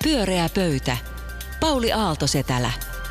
Pyöreä pöytä. Pauli Aalto-Setälä.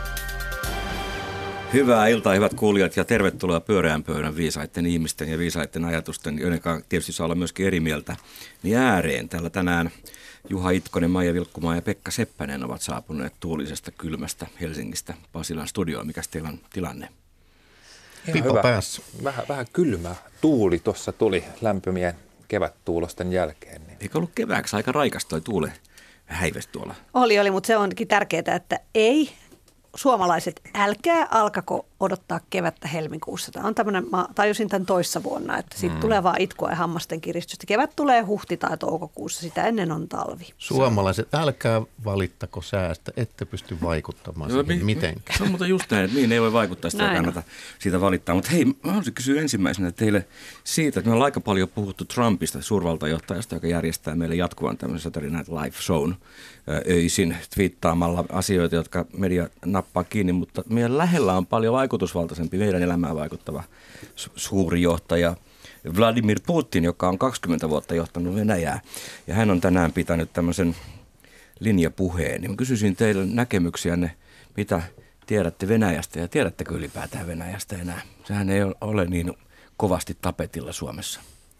Hyvää iltaa, hyvät kuulijat, ja tervetuloa Pyöreän pöydän viisaiden ihmisten ja viisaiden ajatusten, joiden tietysti saa olla myöskin eri mieltä, niin ääreen. Täällä tänään Juha Itkonen, Maija Vilkkumaa ja Pekka Seppänen ovat saapuneet tuulisesta kylmästä Helsingistä Pasilan studioon. Mikäs teillä on tilanne? Pipo päässä. Vähän kylmä tuuli tuossa tuli lämpimien kevättuulosten jälkeen. Niin. Eikö ollut kevääksi aika raikas toi tuule häives tuolla? Oli, mutta se onkin tärkeää, että ei suomalaiset, älkää alkako odottaa kevättä helmikuussa. Tämä on tämmöinen, mä tajusin tämän toissa vuonna, että siitä tulee vaan itkua ja hammasten kiristystä. Kevät tulee huhti- tai toukokuussa, sitä ennen on talvi. Suomalaiset, älkää valittako säästä, ette pysty vaikuttamaan siihen mitenkään. Se on muuten just näin, että niin ei voi vaikuttaa, sitä ei kannata siitä valittaa. Mutta hei, mä haluaisin kysyä ensimmäisenä teille siitä, että me ollaan aika paljon puhuttu Trumpista, suurvaltajohtajasta, joka järjestää meille jatkuvan tämmöisen Saturday Night Live shown öisin twiittaamalla asioita, jotka media nappaa kiinni, mutta meidän lähellä on paljon vaikutusvaltaisempi, meidän elämään vaikuttava suuri johtaja Vladimir Putin, joka on 20 vuotta johtanut Venäjää. Ja hän on tänään pitänyt tämmöisen linjapuheen. Niin mä kysyisin teille näkemyksiänne, mitä tiedätte Venäjästä ja tiedättekö ylipäätään Venäjästä enää? Sehän ei ole niin kovasti tapetilla Suomessa.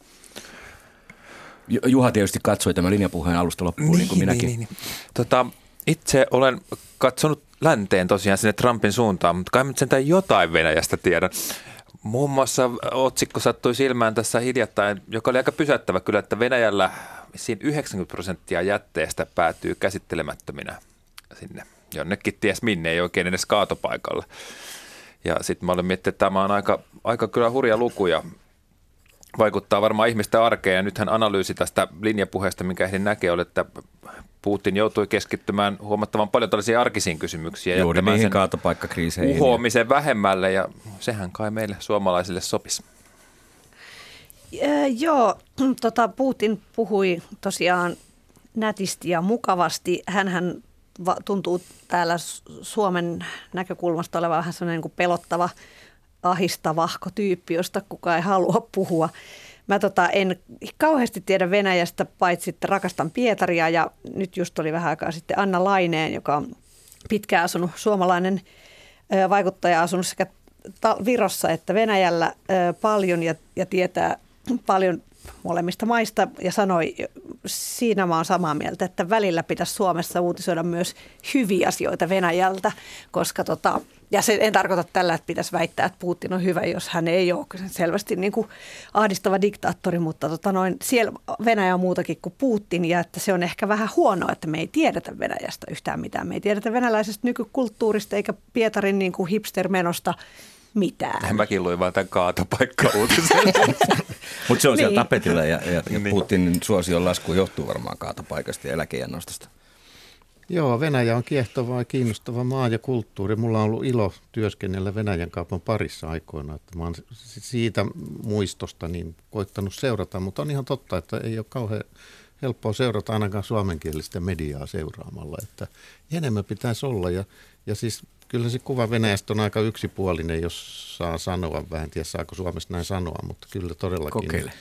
Juha tietysti katsoi tämän linjapuheen alusta loppuun, niin kuin minäkin. Niin. Itse olen katsonut länteen tosiaan sinne Trumpin suuntaan, mutta kai nyt sentään jotain Venäjästä tiedän. Muun muassa otsikko sattui silmään tässä hiljattain, joka oli aika pysäyttävä kyllä, että Venäjällä siinä 90% jätteestä päätyy käsittelemättöminä sinne jonnekin ties minne, ei oikein edes kaatopaikalla. Ja sitten mä olen miettinyt, että tämä on aika kyllä hurja luku ja vaikuttaa varmaan ihmisten arkeen. Ja nythän analyysi tästä linjapuheesta, minkä ehdin näkee, oli, että Putin joutui keskittymään huomattavan paljon tällaisiin arkisiin kysymyksiin. Juuri mihin kaatopaikkakriiseihin. Uhoamisen vähemmälle ja sehän kai meille suomalaisille sopisi. Joo, Putin puhui tosiaan nätisti ja mukavasti. Hänhän tuntuu täällä Suomen näkökulmasta olevan vähän sellainen niin kuin pelottava, ahistavahko tyyppi, josta kukaan ei halua puhua. Mä en kauheasti tiedä Venäjästä, paitsi että rakastan Pietaria, ja nyt just oli vähän aikaa sitten Anna Laineen, joka on pitkään asunut suomalainen vaikuttaja, asunut sekä Virossa että Venäjällä paljon ja tietää paljon molemmista maista, ja sanoi, siinä mä oon samaa mieltä, että välillä pitäisi Suomessa uutisoida myös hyviä asioita Venäjältä, koska ja se en tarkoita tällä, että pitäisi väittää, että Putin on hyvä, jos hän ei ole selvästi niin kuin ahdistava diktaattori, mutta siellä Venäjä on muutakin kuin Putin, ja että se on ehkä vähän huonoa, että me ei tiedetä Venäjästä yhtään mitään. Me ei tiedetä venäläisestä nykykulttuurista eikä Pietarin niin kuin hipstermenosta mitään. Mäkin luin vaan tämän kaatopaikka-uutisen. Mutta se on siellä tapetilla ja Putinin suosion lasku johtuu varmaan kaatopaikasta ja eläkeiännostosta. Joo, Venäjä on kiehtova ja kiinnostava maa ja kulttuuri. Mulla on ollut ilo työskennellä Venäjän kaupan parissa aikoina. Että mä oon siitä muistosta niin koittanut seurata, mutta on ihan totta, että ei ole kauhean helppoa seurata ainakaan suomenkielistä mediaa seuraamalla. Että enemmän pitäisi olla ja siis kyllä se kuva Venäjästä on aika yksipuolinen, jos saa sanoa. Vähän tiedä, saako Suomessa näin sanoa, mutta kyllä todellakin. Kokeile.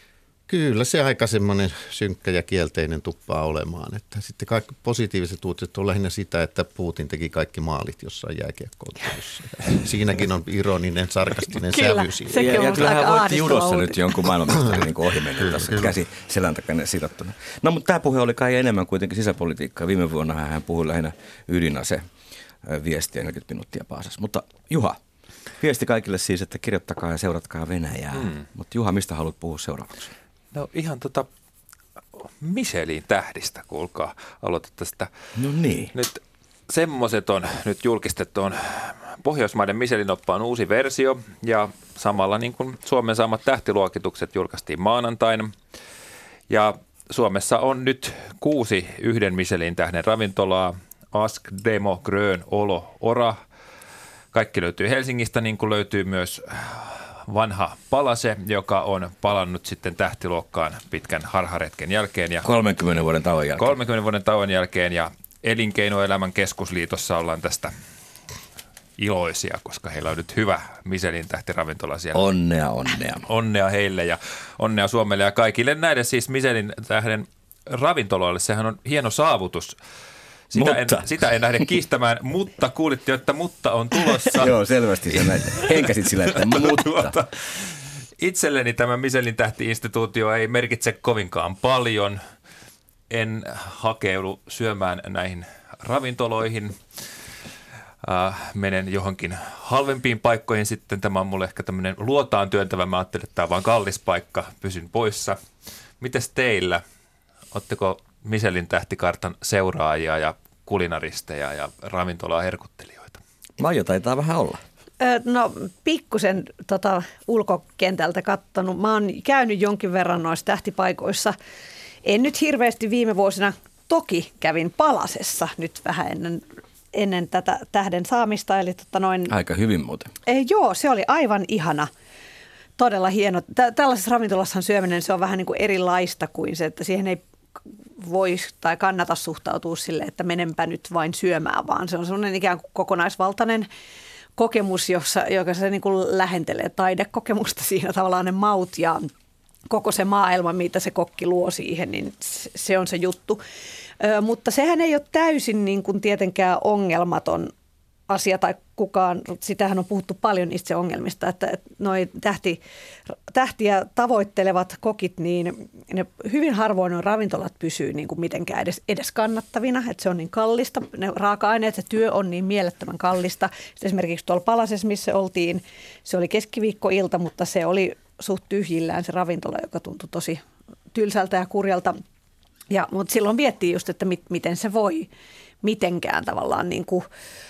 Kyllä se aika semmoinen synkkä ja kielteinen tuppaa olemaan. Että sitten kaikki positiiviset uutiset on lähinnä sitä, että Putin teki kaikki maalit jossain jääkiekko-ottelussa. Siinäkin on ironinen, sarkastinen sävy siinä. Ja kyllähän voitti judossa nyt jonkun maailmanmestarin niin ohi mennyt tässä käsi selän takana sidottuna. No mutta tämä puhe oli kai enemmän kuitenkin sisäpolitiikkaa. Viime vuonna hän puhui lähinnä ydinase viestiä 40 minuuttia paasassa. Mutta Juha, viesti kaikille siis, että kirjoittakaa ja seuratkaa Venäjää. Mutta Juha, mistä haluat puhua seuraavaksi? No ihan Michelin tähdistä, kuulkaa, aloitat tästä. No niin. Nyt semmoiset on nyt julkistettu, on Pohjoismaiden Michelin-oppaan uusi versio ja samalla niin kuin Suomen saamat tähtiluokitukset julkaistiin maanantaina. Ja Suomessa on nyt 6 yhden Michelin tähden ravintolaa, Ask, Demo, Grön, Olo, Ora. Kaikki löytyy Helsingistä, niin kuin löytyy myös vanha Palase, joka on palannut sitten tähtiluokkaan pitkän harharetken jälkeen. Ja 30 vuoden tauon jälkeen. 30 vuoden tauon jälkeen ja Elinkeinoelämän keskusliitossa ollaan tästä iloisia, koska heillä on nyt hyvä Michelin tähtiravintola siellä. Onnea. Onnea heille ja onnea Suomelle ja kaikille näiden siis Michelin tähden ravintoloille. Sehän on hieno saavutus. Sitä en lähde kiistämään, mutta kuulitte, että mutta on tulossa. Joo, selvästi sä näin. Henkäsit sillä, että mutta. Itselleni tämä Michelin tähti-instituutio ei merkitse kovinkaan paljon. En hakeudu syömään näihin ravintoloihin. Menen johonkin halvempiin paikkoihin sitten. Tämä on mulle ehkä tämmöinen luotaan työntävä. Mä ajattelin, että tämä on vaan kallis paikka. Pysyn poissa. Mites teillä? Oletteko Michelin tähtikartan seuraajia ja kulinaristeja ja ravintolaa herkuttelijoita? Maija taitaa vähän olla. No pikkusen ulkokentältä katsonut. Mä oon käynyt jonkin verran noissa tähtipaikoissa. En nyt hirveästi viime vuosina. Toki kävin Palasessa nyt vähän ennen tätä tähden saamista. Eli Aika hyvin muuten. Joo, se oli aivan ihana. Todella hieno. Tällaisessa ravintolassahan syöminen se on vähän niin kuin erilaista kuin se, että siihen ei voi tai kannata suhtautua sille, että menenpä nyt vain syömään, vaan se on sellainen ikään kuin kokonaisvaltainen kokemus, joka se niin kuin lähentelee taidekokemusta siinä tavallaan ne maut ja koko se maailma, mitä se kokki luo siihen, niin se on se juttu. Mutta sehän ei ole täysin niin kuin tietenkään ongelmaton asia tai kukaan, sitähän on puhuttu paljon itse ongelmista, että noi tähtiä tavoittelevat kokit, niin ne hyvin harvoin on ravintolat pysyy niin kuin mitenkään edes kannattavina, että se on niin kallista, ne raaka-aineet, se työ on niin mielettömän kallista. Sitten esimerkiksi tuolla Palasessa, missä oltiin, se oli keskiviikkoilta, mutta se oli suht tyhjillään se ravintola, joka tuntui tosi tylsältä ja kurjalta. Mutta silloin miettii just, että miten se voi mitenkään tavallaan niin kuin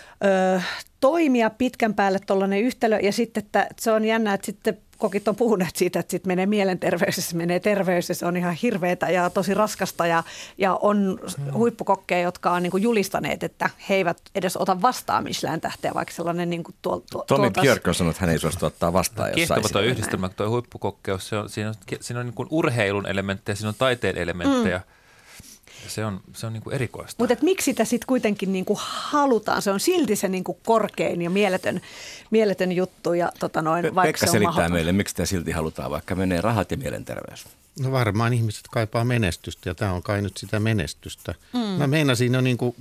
toimia pitkän päälle tuollainen yhtälö ja sitten, että se on jännä, että sitten kokit on puhuneet siitä, että sitten menee mielenterveys ja se menee terveys ja se on ihan hirveätä ja tosi raskasta ja on huippukokkeja, jotka on niin kuin julistaneet, että he eivät edes ota vastaan Michelin-tähteä, vaikka sellainen niin kuin Tommy Björk on sanonut, että hän ei suostu ottaa vastaan, jos Kiehtova saisi. tuo yhdistelmä, tuo huippukokkeus, siinä on niin kuin urheilun elementtejä, siinä on taiteen elementtejä. Se on niin kuin erikoista. Mutta miksi sitä sitten kuitenkin niin kuin halutaan? Se on silti se niin kuin korkein ja mieletön juttu. Ja, Pekka selittää meille, miksi sitä silti halutaan, vaikka menee rahat ja mielenterveys. No varmaan ihmiset kaipaa menestystä ja tämä on kai nyt sitä menestystä. Mä meinasin jo niin kuin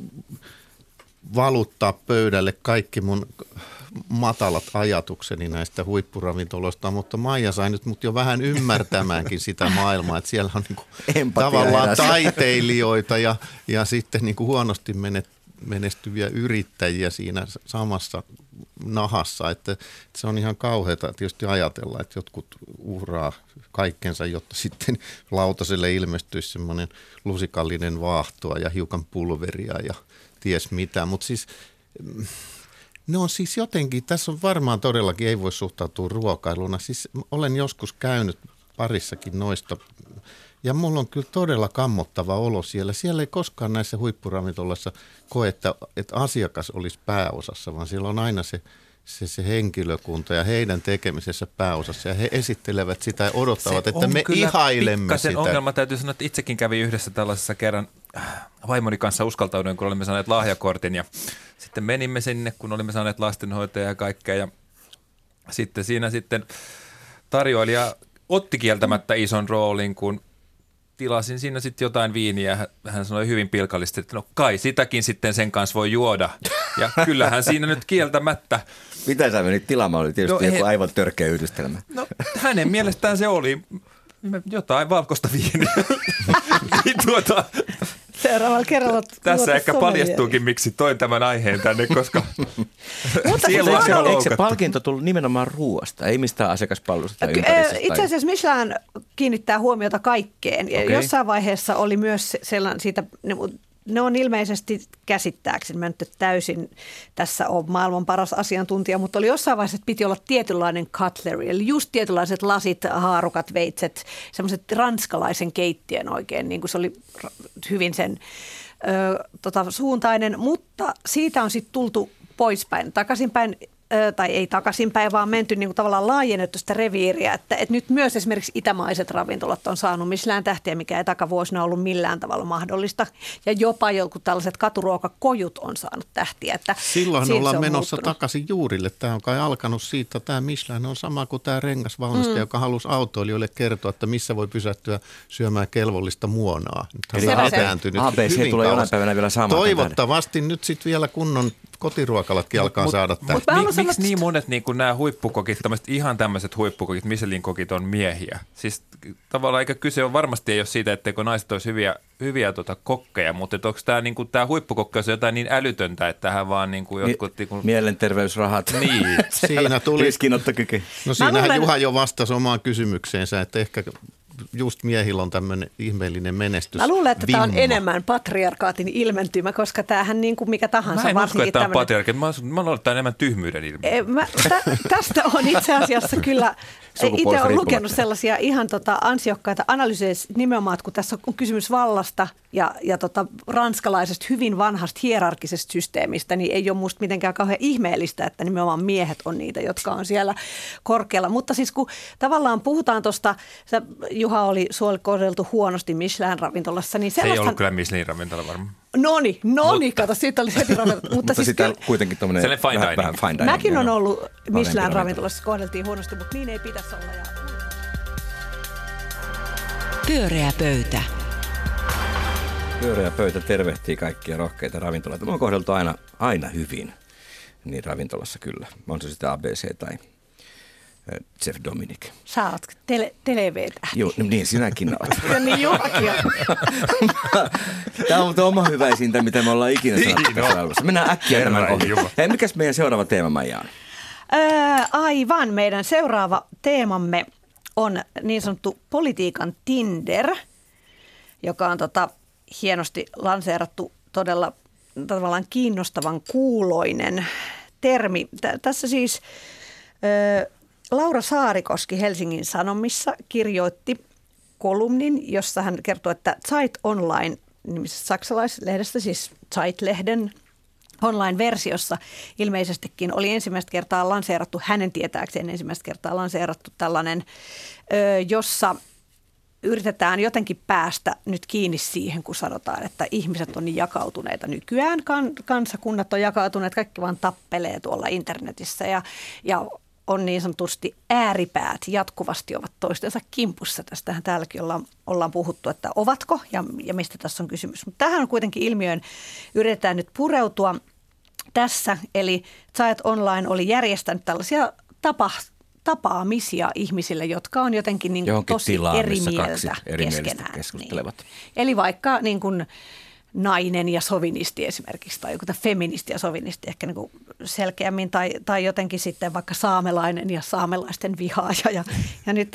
valuttaa pöydälle kaikki mun matalat ajatukseni näistä huippuravintoloista, mutta Maija sai nyt mut jo vähän ymmärtämäänkin sitä maailmaa, että siellä on niinku tavallaan taiteilijoita ja sitten niinku huonosti menestyviä yrittäjiä siinä samassa nahassa, että se on ihan kauheata tietysti ajatella, että jotkut uhraa kaikkensa, jotta sitten lautaselle ilmestyisi semmoinen lusikallinen vaahtoa ja hiukan pulveria ja ties mitä, mutta siis no siis jotenkin, tässä on varmaan todellakin, ei voi suhtautua ruokailuna. Siis olen joskus käynyt parissakin noista ja mulla on kyllä todella kammottava olo siellä. Siellä ei koskaan näissä huippuravintolassa koe, että asiakas olisi pääosassa, vaan siellä on aina se henkilökunta ja heidän tekemisessä pääosassa. Ja he esittelevät sitä ja odottavat, että me ihailemme sitä. Ongelma täytyy sanoa, että itsekin kävi yhdessä tällaisessa kerran vaimoni kanssa uskaltauduin, kun olimme saaneet lahjakortin ja sitten menimme sinne, kun olimme saaneet lastenhoitaja ja kaikkea ja sitten siinä tarjoilija otti kieltämättä ison roolin, kun tilasin siinä sitten jotain viiniä. Hän sanoi hyvin pilkallisesti, että no kai sitäkin sitten sen kanssa voi juoda. Ja kyllähän siinä nyt kieltämättä. Mitä sä menit tilaamaan? Oli tietysti joku aivan törkeä yhdistelmä. No hänen mielestään se oli jotain valkoista viiniä. Seuraavalla kerralla. Tässä ehkä paljastuukin, miksi toin tämän aiheen tänne, koska eikö se palkinto tullut nimenomaan ruoasta, ei mistään asiakaspalvelusta tai ympäristöstä? Itse asiassa Michelin kiinnittää huomiota kaikkeen. Okay. Jossain vaiheessa oli myös sellainen siitä, ne on ilmeisesti käsittääkseni, mä nyt täysin tässä on maailman paras asiantuntija, mutta oli jossain vaiheessa, että piti olla tietynlainen cutlery, eli just tietynlaiset lasit, haarukat, veitset, semmoiset ranskalaisen keittiön oikein, niin kuin se oli hyvin sen suuntainen, mutta siitä on sitten tultu poispäin, takaisinpäin tai ei takaisinpäin, vaan menty niin kuin tavallaan laajennettu sitä reviiriä, että nyt myös esimerkiksi itämaiset ravintolat on saanut Michelin-tähtiä, mikä ei takavuosina ollut millään tavalla mahdollista. Ja jopa jotkut tällaiset katuruokakojut on saanut tähtiä. Että silloin ollaan menossa muuttunut takaisin juurille. Tämä on kai alkanut siitä. Tämä Michelin on sama kuin tämä rengasvalmistaja, joka halusi autoilijoille kertoa, että missä voi pysähtyä syömään kelvollista muonaa. Eli ABC tulee jonain päivänä vielä sama. Toivottavasti nyt sitten vielä kunnon kotiruokalatkin alkaa saada tätä. Miksi niin monet niin kuin nämä huippukokit, ihan tämmöiset huippukokit, Michelin-kokit on miehiä? Siis tavallaan eikä kyse on varmasti ei ole siitä, etteikö naiset olisi hyviä kokkeja, mutta onko tämä, niin kuin, tämä huippukokkeus jotain niin älytöntä, että tähän vaan niin kuin jotkut... Niin kuin... Mielenterveysrahat. Niin. Siinä tuli... Riskinottokyky. No siinähän Juha jo vastasi omaan kysymykseensä, että ehkä... Just miehillä on tämmöinen ihmeellinen menestys. Mä luulen, että tämä on enemmän patriarkaatin ilmentymä, mä tämähän niin kuin mikä tahansa. Mä en usko, että tämä on patriarkaatin. Mä luulen, että tämä on enemmän tyhmyyden ilmentymä. Tästä on itse asiassa kyllä, itse olen lukenut sellaisia ihan ansiokkaita analyysejä nimenomaan, kun tässä on kysymys vallasta ja ranskalaisesta hyvin vanhasta hierarkisesta systeemistä, niin ei ole musta mitenkään kauhean ihmeellistä, että nimenomaan miehet on niitä, jotka on siellä korkealla. Mutta siis kun tavallaan puhutaan tuosta, Juha oli kohdeltu huonosti Michelin-ravintolassa, niin sellaista... Se ei ollut kyllä Michelin-ravintola varmaan. Noni, kato, siitä oli heti ravintola. Mutta siis sitä kuitenkin tuommoinen vähän fine dining. Mäkin on ollut Michelin-ravintolassa, kohdeltiin huonosti, mutta niin ei pitäisi olla. Pyöreä pöytä. Pyöreä pöytä tervehtii kaikkia rohkeita ravintoloita. Mä oon kohdeltu aina hyvin niin ravintolassa kyllä. On se sitten ABC tai Chef Dominic. Sä oot televetähti. Joo, niin sinäkin oot. Ja niin Juhakin on. Tämä on oma hyväisintä, mitä me ollaan ikinä sanottu tässä arvossa. Mennään äkkiä tämän kohtaan. Hei, mikäs meidän seuraava teema, Maija on? Aivan, meidän seuraava teemamme on niin sanottu politiikan Tinder, joka on hienosti lanseerattu, todella tavallaan kiinnostavan kuuloinen termi. Tässä siis Laura Saarikoski Helsingin Sanomissa kirjoitti kolumnin, jossa hän kertoo, että Zeit Online-nimisessä saksalaislehdestä, siis Zeit-lehden online-versiossa ilmeisestikin oli ensimmäistä kertaa lanseerattu, hänen tietääkseen ensimmäistä kertaa lanseerattu tällainen, jossa yritetään jotenkin päästä nyt kiinni siihen, kun sanotaan, että ihmiset on niin jakautuneita nykyään, kansakunnat on jakautuneet, kaikki vaan tappelee tuolla internetissä ja on niin sanotusti ääripäät jatkuvasti ovat toistensa kimpussa. Tästähän täälläkin ollaan puhuttu, että ovatko ja mistä tässä on kysymys. Mutta tähän on kuitenkin ilmiöön yritetään nyt pureutua tässä. Eli Zeit Online oli järjestänyt tällaisia tapaamisia ihmisille, jotka on jotenkin niin tosi tilaa, eri mieltä keskenään. Keskustelevat. Niin. Eli vaikka niin kuin nainen ja sovinisti esimerkiksi, tai joku feministi ja sovinisti ehkä niin kuin selkeämmin, tai jotenkin sitten vaikka saamelainen ja saamelaisten vihaaja. Ja nyt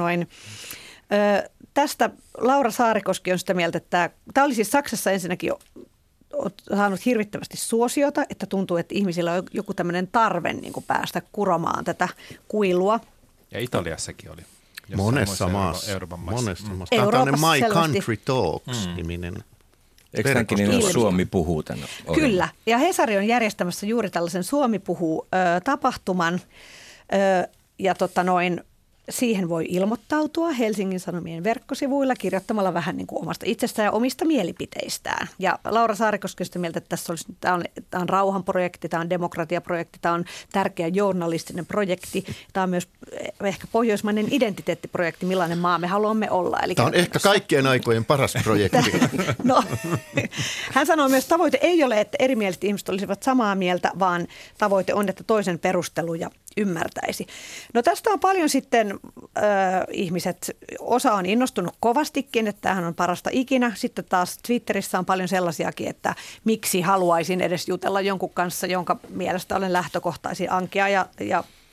tästä Laura Saarikoski on sitä mieltä, että tämä oli siis Saksassa ensinnäkin saanut hirvittävästi suosiota, että tuntuu, että ihmisillä on joku tämmöinen tarve niin kuin päästä kuromaan tätä kuilua. Ja Italiassakin oli. Monessa maassa. Tämä on tämmöinen My Country Talks-niminen. Eikö tämänkin niin Suomi puhuu tänne? Kyllä, ja Hesari on järjestämässä juuri tällaisen Suomi puhuu tapahtuman, ja siihen voi ilmoittautua Helsingin Sanomien verkkosivuilla kirjoittamalla vähän niin kuin omasta itsestään ja omista mielipiteistään. Ja Laura Saarikoski on sitä mieltä, että tämä on rauhanprojekti, tämä on demokratiaprojekti, tämä on tärkeä journalistinen projekti. Tämä on myös ehkä pohjoismainen identiteettiprojekti, millainen maa me haluamme olla. Eli tämä on ehkä kaikkien aikojen paras projekti. No, hän sanoo myös, että tavoite ei ole, että erimieliset ihmiset olisivat samaa mieltä, vaan tavoite on, että toisen perusteluja ymmärtäisi. No tästä on paljon sitten ihmiset, osa on innostunut kovastikin, että tämähän on parasta ikinä. Sitten taas Twitterissä on paljon sellaisiakin, että miksi haluaisin edes jutella jonkun kanssa, jonka mielestä olen lähtökohtaisin ankea ja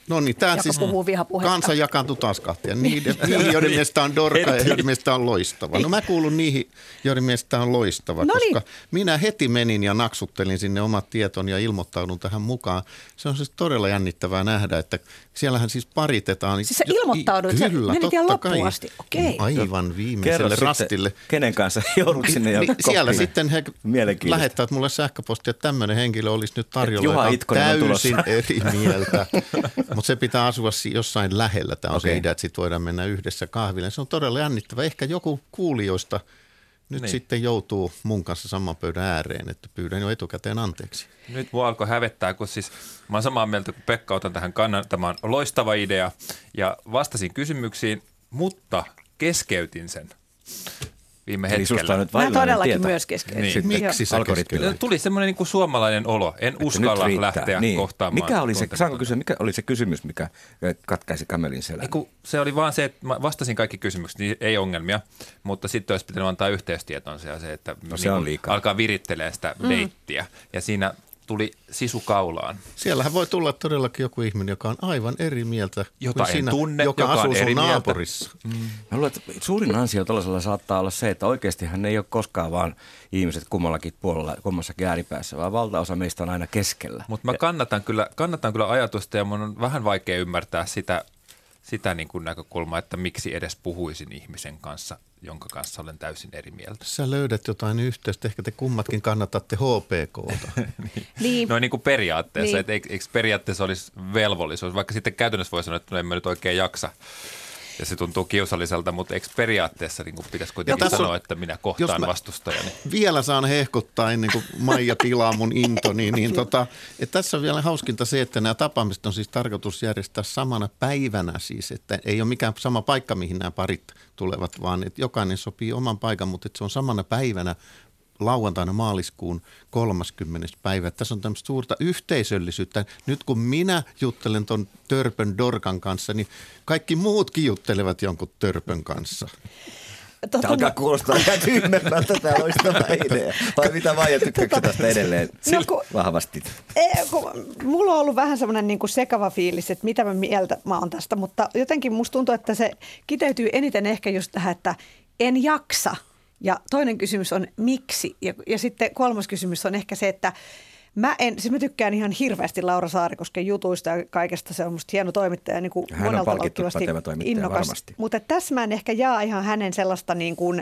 No niin, tämä siis kansa jakaantui taas kahtia. Niihin, joiden mielestä on dorka ja joiden mielestä on loistava. No mä kuulun niihin, joiden mielestä on loistava, koska minä heti menin ja naksuttelin sinne omat tietoni ja ilmoittaudun tähän mukaan. Se on siis todella jännittävää nähdä, että siellähän siis paritetaan. Siis sä ilmoittauduit, kyllä, sä menit ihan loppuun asti. Okay. Aivan viimeiselle rastille. Kenen kanssa joudut sinne jo siellä sitten he lähettävät mulle sähköpostia, että tämmöinen henkilö olisi nyt tarjolla, joka on täysin eri mieltä. Mutta se pitää asua jossain lähellä. Tämä on se idea, että sitten voidaan mennä yhdessä kahville. Se on todella jännittävä. Ehkä joku kuulijoista nyt sitten joutuu mun kanssa saman pöydän ääreen, että pyydän jo etukäteen anteeksi. Nyt mua alkoi hävettää, kun siis mä oon samaa mieltä kuin Pekka, otan tähän kannan. Tämä on loistava idea ja vastasin kysymyksiin, mutta keskeytin sen viime hetkellä. Mä todellakin myös keskeytin. Niin. Miksi sä keskeytit? Tuli semmoinen niin kuin suomalainen olo. En uskalla lähteä kohtaamaan. Mikä oli saanko kysyä, mikä oli se kysymys, mikä katkaisi kamelin selän? Se oli vaan se, että mä vastasin kaikki kysymykset, niin ei ongelmia, mutta sitten olisi pitänyt antaa yhteystietonsa ja se, että se on liikaa. Alkaa virittelee sitä deittiä ja siinä tuli sisu kaulaan. Siellähän voi tulla todellakin joku ihminen, joka on aivan eri mieltä jota kuin sinä, tunne, joka asuu sun naapurissa. Mä luulen, että suurin ansio tuollaisella saattaa olla se, että oikeastihan ei ole koskaan vaan ihmiset kummallakin puolella, kummassakin ääripäässä, vaan valtaosa meistä on aina keskellä. Mutta mä kannatan kyllä ajatusta ja mun on vähän vaikea ymmärtää sitä niin kuin näkökulmaa, että miksi edes puhuisin ihmisen kanssa, jonka kanssa olen täysin eri mieltä. Sä löydät jotain yhteystä, ehkä te kummatkin kannatatte HPK:ta. niin kuin periaatteessa, niin. Että eikö periaatteessa olisi velvollisuus, vaikka sitten käytännössä voi sanoa, että en mä nyt oikein jaksa. Ja se tuntuu kiusalliselta, mutta eikö periaatteessa niin pitäisi kuitenkin sanoa, että minä kohtaan vastustajani? Vielä saan hehkuttaa ennen kuin Maija pilaa mun intoni. Että tässä on vielä hauskinta se, että nämä tapaamiset on siis tarkoitus järjestää samana päivänä siis. Että ei ole mikään sama paikka, mihin nämä parit tulevat, vaan että jokainen sopii oman paikan, mutta että se on samana päivänä lauantaina maaliskuun 30. päivä. Tässä on tämmöistä suurta yhteisöllisyyttä. Nyt kun minä juttelen ton törpön dorkan kanssa, niin kaikki muutkin juttelevat jonkun törpön kanssa. Tämä alkaa kuulostaa ihan tyhmemmältä tämä loistava idea. Vai mitä Maija, tykkääkö tästä edelleen vahvasti? Mulla on ollut vähän semmoinen niin kuin sekava fiilis, että mitä mieltä mä oon tästä, mutta jotenkin musta tuntuu, että se kiteytyy eniten ehkä just tähän, että en jaksa. Ja toinen kysymys on miksi ja sitten kolmas kysymys on ehkä se, että mä tykkään ihan hirveästi Laura Saarikosken jutuista ja kaikesta. Se on musta hieno toimittaja, niin kuin monelta palkittu pätevä toimittaja varmasti. Mutta tässä mä en ehkä jaa ihan hänen sellaista niin kuin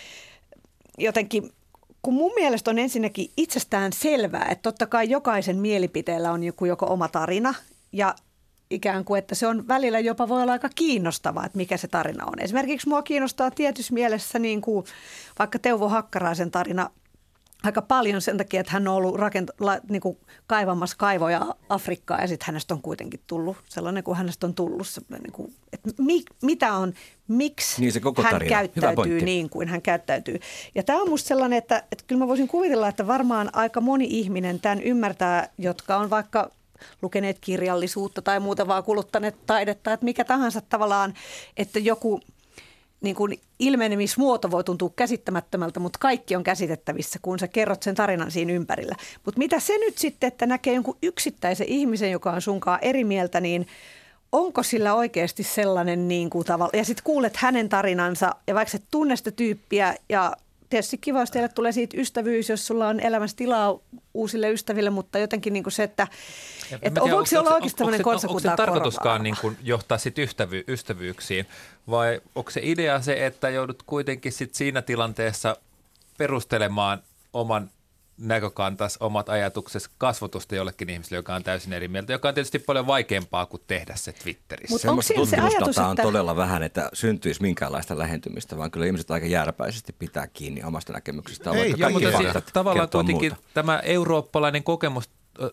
jotenkin, kun mun mielestä on ensinnäkin itsestään selvää, että totta kai jokaisen mielipiteellä on joko oma tarina ja ikään kuin, että se on välillä jopa voi olla aika kiinnostavaa, että mikä se tarina on. Esimerkiksi mua kiinnostaa tietyssä mielessä niin kuin vaikka Teuvo Hakkaraisen tarina aika paljon sen takia, että hän on ollut niin kuin kaivamassa kaivoja Afrikkaan ja sitten hänestä on kuitenkin tullut sellainen kuin hänestä on tullut. Niin kuin, että mitä on, miksi niin hän käyttäytyy niin kuin hän käyttäytyy. Ja tämä on musta sellainen, että kyllä mä voisin kuvitella, että varmaan aika moni ihminen tämän ymmärtää, jotka on vaikka lukeneet kirjallisuutta tai muuta vaan kuluttaneet taidetta, että mikä tahansa tavallaan, että joku niin kuin ilmenemismuoto voi tuntua käsittämättömältä, mutta kaikki on käsitettävissä, kun sä kerrot sen tarinan siinä ympärillä. Mutta mitä se nyt sitten, että näkee jonkun yksittäisen ihmisen, joka on sunkaan eri mieltä, niin onko sillä oikeasti sellainen niin kuin tavalla, ja sitten kuulet hänen tarinansa, ja vaikka et tunne sitä tyyppiä, ja tietysti kiva, jos teille tulee siitä ystävyys, jos sulla on elämässä tilaa uusille ystäville, mutta jotenkin niin kuin se, että voiko se olla oikeasti tämmöinen konsekuntaa onko se tarkoituskaan niin kuin johtaa sitten ystävyyksiin, vai onko se idea se, että joudut kuitenkin sit siinä tilanteessa perustelemaan oman näkökantas, omat ajatukset kasvatusta jollekin ihmiselle, joka on täysin eri mieltä, joka on tietysti paljon vaikeampaa kuin tehdä se Twitterissä. Semmoista tutkimusdataa on todella vähän, että syntyisi minkäänlaista lähentymistä, vaan kyllä ihmiset aika jääräpäisesti pitää kiinni omasta näkemyksestä. Mutta tavallaan kuitenkin tämä eurooppalainen kokemus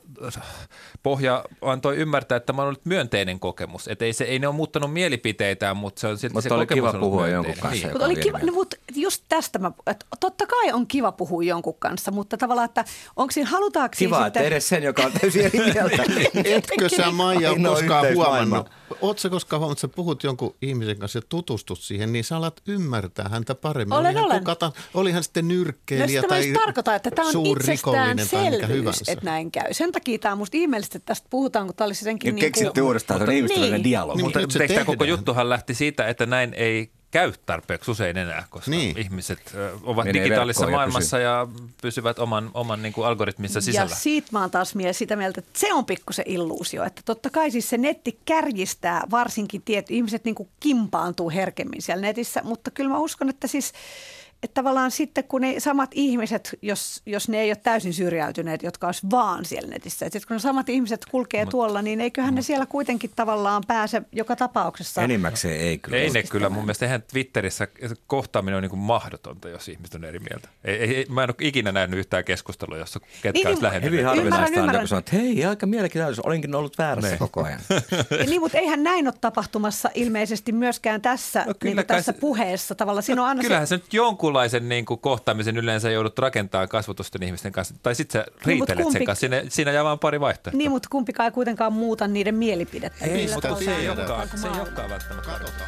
pohja antoi ymmärtää, että tämä on ollut myönteinen kokemus. Että ei ne ole muuttanut mielipiteitään, mutta se on silti se kokemus kiva puhua jonkun kanssa. Niin. Mutta just tästä että totta kai on kiva puhua jonkun kanssa, mutta tavallaan, että onko siinä, halutaanko kiva, siinä että edes sen, joka on täysin eri mieltä. Etkö sä, Maija, ole koskaan huomannut? Ootko sä koskaan huomannut, että sä puhut jonkun ihmisen kanssa ja tutustut siihen, niin sä alat ymmärtää häntä paremmin. Olen. Oli hän sitten nyrkkeilijä no, tai tarkoittaa, että tämä on itsestäänselvyys, että näin käy. Sen takia tämä on musta ihmeellistä, että tästä puhutaan, kun tämä olisi jotenkin keksitte uudestaan, että on ihmisten dialogi. Mutta tämä koko juttuhan lähti siitä, että näin ei käy tarpeeksi usein enää, koska ihmiset ovat digitaalisessa maailmassa ja pysyvät oman niin kuin algoritmissa sisällä. Ja siitä mä oon taas sitä mieltä, että se on pikkusen illuusio, että totta kai siis se netti kärjistää varsinkin ihmiset niin kuin kimpaantuu herkemmin siellä netissä, mutta kyllä mä uskon, että siis että tavallaan sitten, kun ne samat ihmiset, jos ne ei ole täysin syrjäytyneet, jotka olisi vaan siellä netissä, että kun ne samat ihmiset kulkee tuolla, niin eiköhän ne siellä kuitenkin tavallaan pääse joka tapauksessa. Enimmäkseen ei kyllä. Ei ne kyllä. Mun mielestä eihän Twitterissä kohtaaminen on niin kuin mahdotonta, jos ihmiset on eri mieltä. Mä en ole ikinä nähnyt yhtään keskustelua, jossa ketkä olisi lähentyneet. Hyvin harvinaista on joku sanoo, että hei, aika mielenkiintoista, olinkin ollut väärässä koko ajan. Niin, mutta eihän näin ole tapahtumassa ilmeisesti myöskään tässä, niin tässä puheessa. Tavallaan siinä on aina kyllähän se nyt jonkunlaisen niin kuin kohtaamisen yleensä joudut rakentamaan kasvotusten ihmisten kanssa. Tai sitten sä riitelet sen kanssa. Siinä jää vaan pari vaihtoehtoa. Niin, mutta kumpikaan ei kuitenkaan muuta niiden mielipidettä. Ei, mutta se ei olekaan välttämättä.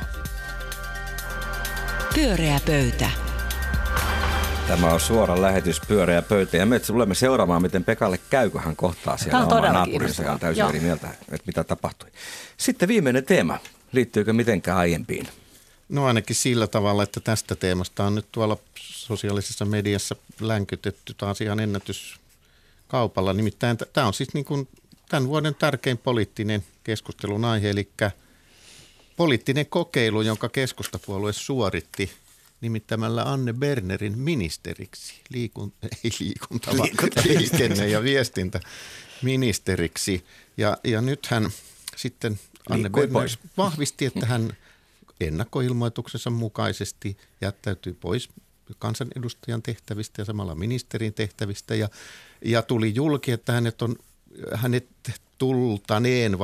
Pyöreä pöytä. Tämä on suora lähetys Pyöreä pöytä ja me tulemme seuraamaan, miten Pekalle käy, kun hän kohtaa siellä oman naapurinsa ja on täysin eri mieltä, että mitä tapahtui. Sitten viimeinen teema. Liittyykö mitenkään aiempiin? No ainakin sillä tavalla, että tästä teemasta on nyt tuolla sosiaalisessa mediassa länkytetty taas ihan ennätyskaupalla. Nimittäin tämä on siis niin kuin tämän vuoden tärkein poliittinen keskustelun aihe, eli poliittinen kokeilu, jonka keskustapuolue suoritti nimittämällä Anne Bernerin ministeriksi, liikenne- ja viestintäministeriksi. Ja nyt hän sitten Anne Berner vahvisti, että hän ennakkoilmoituksensa mukaisesti jättäytyy pois kansanedustajan tehtävistä ja samalla ministerin tehtävistä ja tuli julki, että hänet tultaneen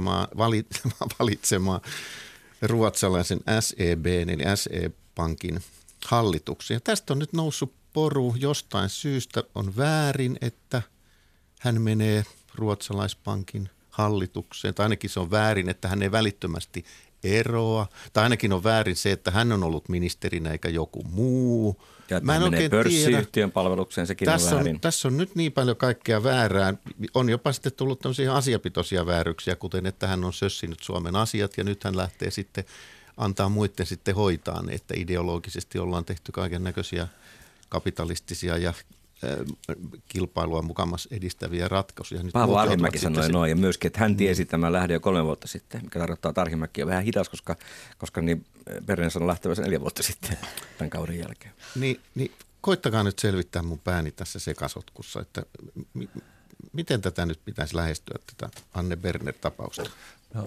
valitsemaan ruotsalaisen SEB:n eli SE-pankin hallituksen. Ja tästä on nyt noussut poru jostain syystä. On väärin, että hän menee ruotsalaispankin hallitukseen, tai ainakin se on väärin, että hän ei välittömästi eroa, tai ainakin on väärin se, että hän on ollut ministerinä eikä joku muu. Ja mä en oikein pörssiyhtiön palvelukseen, sekin on väärin. Tässä on nyt niin paljon kaikkea väärää. On jopa sitten tullut tämmöisiä asiapitoisia vääryyksiä, kuten että hän on sössinyt Suomen asiat ja nyt hän lähtee sitten antaa muiden sitten hoitaa ne, että ideologisesti ollaan tehty kaiken näköisiä kapitalistisia ja kilpailua mukamas edistäviä ratkaisuja. Paavo Arhimäki sanoi noin ja myöskin, että hän tiesi tämän lähdön jo 3 vuotta sitten, mikä tarkoittaa, että Arhimäki on vähän hidas, koska niin Berner sanoi lähtevänsä 4 vuotta sitten tämän kauden jälkeen. Niin koittakaa nyt selvittää mun pääni tässä sekasotkussa, että miten tätä nyt pitäisi lähestyä, tätä Anne Berner-tapausta? No,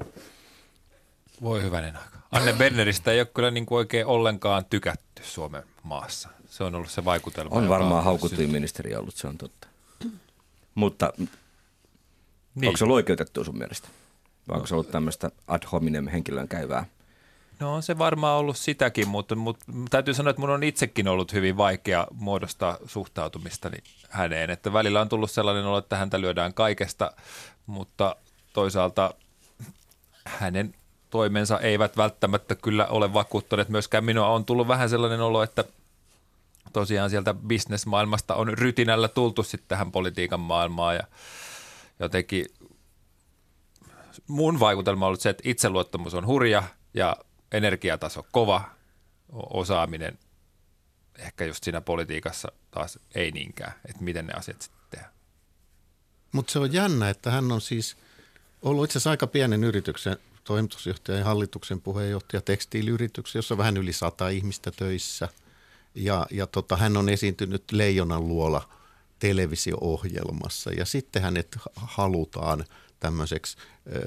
voi hyvänen aika. Anne Berneristä ei ole kyllä niin kuin oikein ollenkaan tykätty Suomen maassa. Se on ollut se vaikutelma. On varmaan haukutuin ministeri ollut, se on totta. Mutta onko se ollut oikeutettua sun mielestä? Vai onko se ollut tämmöistä ad hominem henkilöön käyvää? No on se varmaan ollut sitäkin, mutta täytyy sanoa, että mun on itsekin ollut hyvin vaikea muodostaa suhtautumistani häneen. Että välillä on tullut sellainen olo, että häntä lyödään kaikesta, mutta toisaalta hänen toimensa eivät välttämättä kyllä ole vakuuttaneet. Myöskään minua on tullut vähän sellainen olo, että tosiaan sieltä bisnesmaailmasta on rytinällä tultu sitten tähän politiikan maailmaan ja jotenkin mun vaikutelma on ollut se, että itseluottamus on hurja ja energiataso kova, osaaminen ehkä just siinä politiikassa taas ei niinkään, että miten ne asiat sitten tehdään. Mutta se on jännä, että hän on siis ollut itse asiassa aika pienen yrityksen toimitusjohtaja ja hallituksen puheenjohtaja tekstiiliyrityksen, jossa on vähän yli 100 ihmistä töissä. Ja hän on esiintynyt Leijonan luola televisio-ohjelmassa ja sitten hänet halutaan tämmöiseksi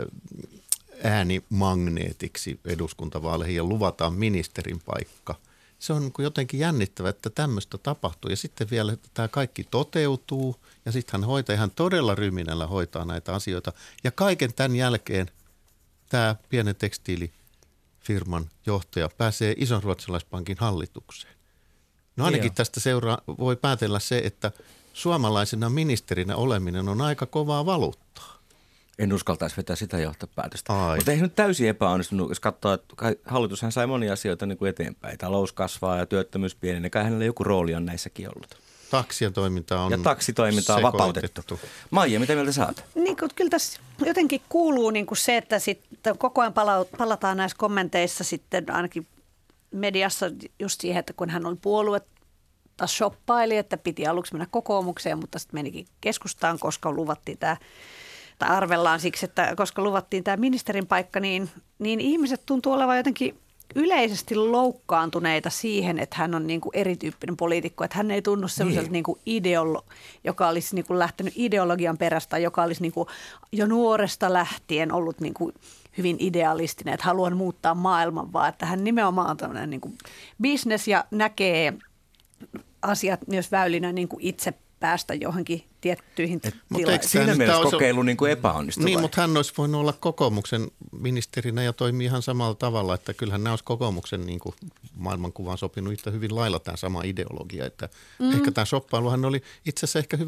äänimagneetiksi eduskuntavaaleihin ja luvataan ministerin paikka. Se on jotenkin jännittävää, että tämmöistä tapahtuu ja sitten vielä tämä kaikki toteutuu ja sitten hän todella ryminällä hoitaa näitä asioita ja kaiken tämän jälkeen tämä pienen tekstiilifirman johtaja pääsee ison ruotsalaispankin hallitukseen. No ainakin tästä voi päätellä se, että suomalaisena ministerinä oleminen on aika kovaa valuuttaa. En uskaltaisi vetää sitä johtopäätöstä. Mutta ei nyt täysin epäonnistunut, jos katsoo, että hallitushan sai monia asioita niin kuin eteenpäin. Talous kasvaa ja työttömyys pienenee. Kai hänellä joku rooli on näissäkin ollut. Taksien toiminta on taksitoiminta on vapautettu. Maija, mitä mieltä sä oot? Niin, kyllä tässä jotenkin kuuluu niin kuin se, että sitten koko ajan palataan näissä kommenteissa sitten ainakin mediassa just siihen, että kun hän oli puoluetta shoppaili, että piti aluksi mennä kokoomukseen, mutta sitten menikin keskustaan, koska luvattiin tämä, tai arvellaan siksi, että koska luvattiin tämä ministerin paikka, niin ihmiset tuntuu olevan jotenkin yleisesti loukkaantuneita siihen, että hän on niin kuin erityyppinen poliitikko, että hän ei tunnu sellaiselta niin kuin joka olisi niin kuin lähtenyt ideologian perästä, joka olisi niin kuin jo nuoresta lähtien ollut niin kuin hyvin idealistinen, että haluan muuttaa maailman, vaan että hän nimenomaan on tämmöinen niin kuin business ja näkee asiat myös väylinä niin kuin itse päästä johonkin tiettyihin tiloihin. Siinä mielessä kokeilu niin kuin epäonnistui. Niin, mutta hän olisi voinut olla kokoomuksen ministerinä ja toimii ihan samalla tavalla, että kyllähän nämä olisi kokoomuksen niin kuin maailmankuvaan sopinut yhtä hyvin lailla tämä sama ideologia. Että ehkä tämä shoppailuhan oli itse asiassa ehkä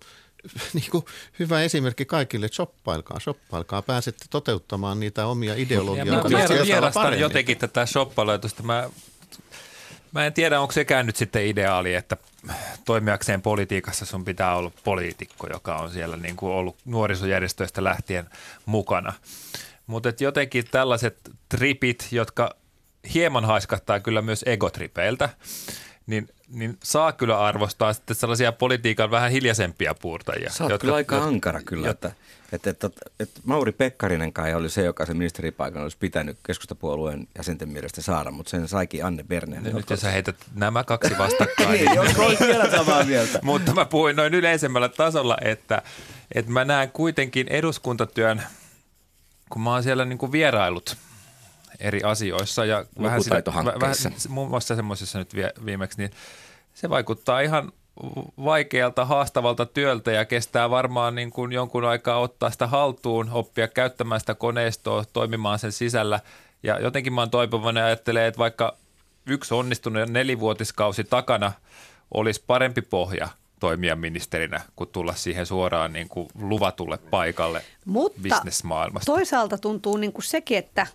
hyvä esimerkki kaikille, että shoppailkaa, pääsette toteuttamaan niitä omia ideologioita. Mä vierastan jotenkin tätä shoppailua, mä en tiedä, onko sekään nyt sitten ideaali, että toimijakseen politiikassa sun pitää olla poliitikko, joka on siellä niin kuin ollut nuorisojärjestöistä lähtien mukana. Mutta jotenkin tällaiset tripit, jotka hieman haiskahtaa kyllä myös egotripeiltä, niin saa kyllä arvostaa sitten sellaisia politiikan vähän hiljaisempia puurtajia. Sä oot kyllä aika ankara kyllä, että Mauri Pekkarinen kai oli se, joka sen ministeripaikan olisi pitänyt keskustapuolueen jäsenten mielestä saada, mutta sen saikin Anne Berner. Nyt jos sä heität nämä kaksi vastakkain. Niin, on vielä samaa mieltä. Mutta mä puhuin noin yleisemmällä tasolla, että mä näen kuitenkin eduskuntatyön, kun mä oon siellä niin kuin vierailut eri asioissa ja vähän muun muassa semmoisessa nyt viimeksi, niin se vaikuttaa ihan vaikealta, haastavalta työltä ja kestää varmaan niin kuin jonkun aikaa ottaa sitä haltuun, oppia käyttämään sitä koneistoa, toimimaan sen sisällä. Ja jotenkin mä oon toipuvainen ja ajattelen, että vaikka yksi onnistunut 4-vuotiskausi takana olisi parempi pohja toimia ministerinä, kuin tulla siihen suoraan niin kuin luvatulle paikalle bisnesmaailmasta. Mutta toisaalta tuntuu niin kuin sekin, että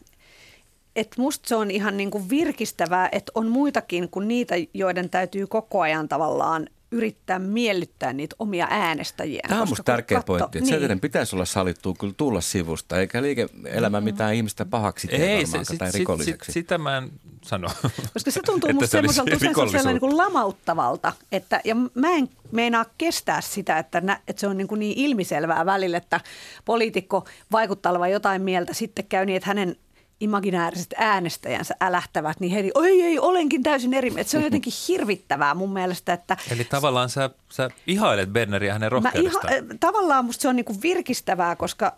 musta se on ihan niin kuin virkistävää, että on muitakin kuin niitä, joiden täytyy koko ajan tavallaan yrittää miellyttää niitä omia äänestäjiä. Tämä on musta tärkeä pointti, että niin. Pitäisi olla sallittua kyllä tulla sivusta, eikä liike-elämä mitään ihmistä pahaksi tai rikolliseksi. Sitä mä en sano. Koska se tuntuu musta semmoiselta niin kuin lamauttavalta, ja mä en meinaa kestää sitä, että se on niin ilmiselvää välillä, että poliitikko vaikuttaa olevan jotain mieltä, sitten käy niin, että hänen imaginääriset äänestäjänsä älähtävät, niin heti, ei, olenkin täysin eri mieltä. Se on jotenkin hirvittävää mun mielestä. Että eli tavallaan sä ihailet Berneriä hänen rohkeudestaan. Tavallaan musta se on niinku virkistävää, koska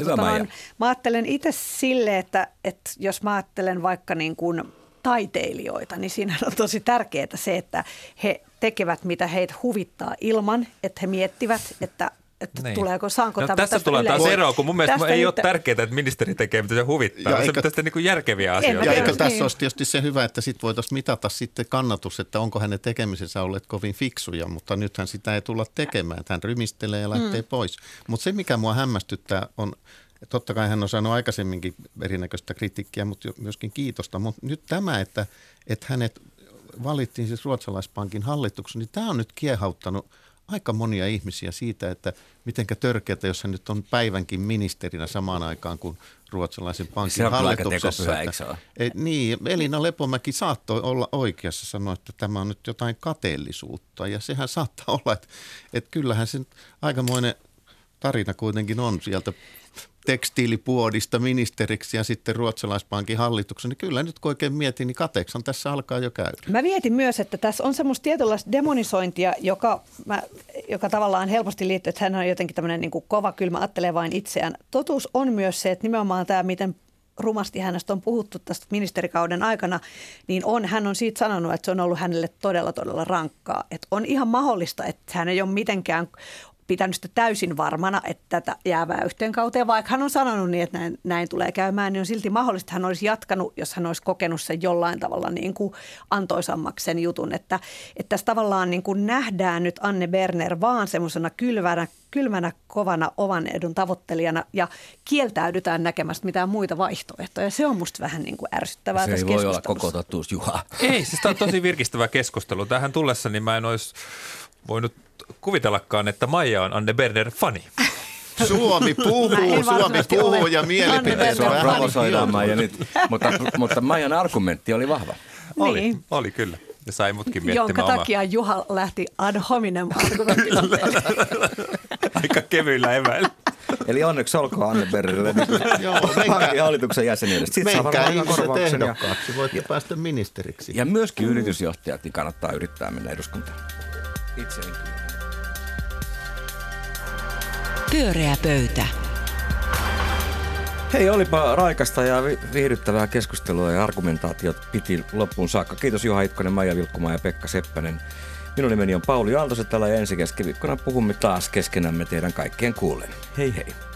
mä ajattelen itse sille, että jos mä ajattelen vaikka niin kuin taiteilijoita, niin siinä on tosi tärkeää se, että he tekevät mitä heitä huvittaa ilman, että he miettivät, että saanko tämä tässä tulee taas eroa, kun mun mielestä ei ole tärkeää, että ministeri tekee, mitä se huvittaa. Se pitäisi niin kuin järkeviä asioita. Ja eikö tässä olisi tietysti se hyvä, että sitten voitaisiin mitata sitten kannatus, että onko hänen tekemisensä olleet kovin fiksuja, mutta nythän sitä ei tulla tekemään. Hän rymistelee ja lähtee pois. Mutta se, mikä mua hämmästyttää, on, totta kai hän on saanut aikaisemminkin erinäköistä kritiikkiä, mutta myöskin kiitosta. Mutta nyt tämä, että hänet valittiin siis Ruotsalaispankin hallituksen, niin tämä on nyt kiehauttanut aika monia ihmisiä siitä, että mitenkä törkeätä, jos hän nyt on päivänkin ministerinä samaan aikaan kuin Ruotsalaisen pankin hallituksessa. Se on eikö se ole? Niin, Elina Lepomäki saattoi olla oikeassa sanoa, että tämä on nyt jotain kateellisuutta. Ja sehän saattaa olla, että kyllähän se aikamoinen tarina kuitenkin on sieltä tekstiilipuodista ministeriksi ja sitten Ruotsalaispankin hallituksen, niin kyllä nyt kun oikein mietin, niin kateeksan tässä alkaa jo käydä. Mä mietin myös, että tässä on semmoista tietynlaista demonisointia, joka tavallaan helposti liittyy, että hän on jotenkin tämmöinen niin kuin kova, kylmä, ajattelee vain itseään. Totuus on myös se, että nimenomaan tämä, miten rumasti hänestä on puhuttu tästä ministerikauden aikana, niin hän on siitä sanonut, että se on ollut hänelle todella, todella rankkaa. Että on ihan mahdollista, että hän ei ole mitenkään pitänyt sitä täysin varmana, että tätä jäävää yhteen kauteen. Vaikka hän on sanonut niin, että näin tulee käymään, niin on silti mahdollista, että hän olisi jatkanut, jos hän olisi kokenut sen jollain tavalla niin kuin antoisammaksi sen jutun. Että tässä tavallaan niin kuin nähdään nyt Anne Berner vaan semmoisena kylmänä, kovana oman edun tavoittelijana ja kieltäydytään näkemästä mitään muita vaihtoehtoja. Se on musta vähän niin kuin ärsyttävää tässä keskustelussa. Se ei voi olla koko totuus, Juha. Ei, siis tämä on tosi virkistävä keskustelu. Tähän tullessa niin mä en olisi voinut kuvitellakaan, että Maija on Anne Berner-fani. Suomi puhuu ja mielipiteet on provosoidaan Maija nyt, mutta Maijan argumentti oli vahva. Oli kyllä. Ja sai mutkin miettimään jonka takia Juha lähti ad hominem argumenttilanteelle. Aika kevyillä eväillä. Eli onneksi olkoon Anne Bernerille niin hallituksen jäsenyydestä. Sitten menkää ihmiset ehdokkaaksi, voitte päästä ministeriksi. Ja myöskin yritysjohtajat niin kannattaa yrittää mennä eduskuntaan. Itse en kyllä. Pyöreä pöytä. Hei, olipa raikasta ja viihdyttävää keskustelua ja argumentaatiot piti loppuun saakka. Kiitos Juha Itkonen, Maija Vilkkumaa ja Pekka Seppänen. Minun nimeni on Pauli Aaltoset, ja ensi keskiviikkona puhumme taas keskenämme teidän kaikkien kuullen. Hei hei.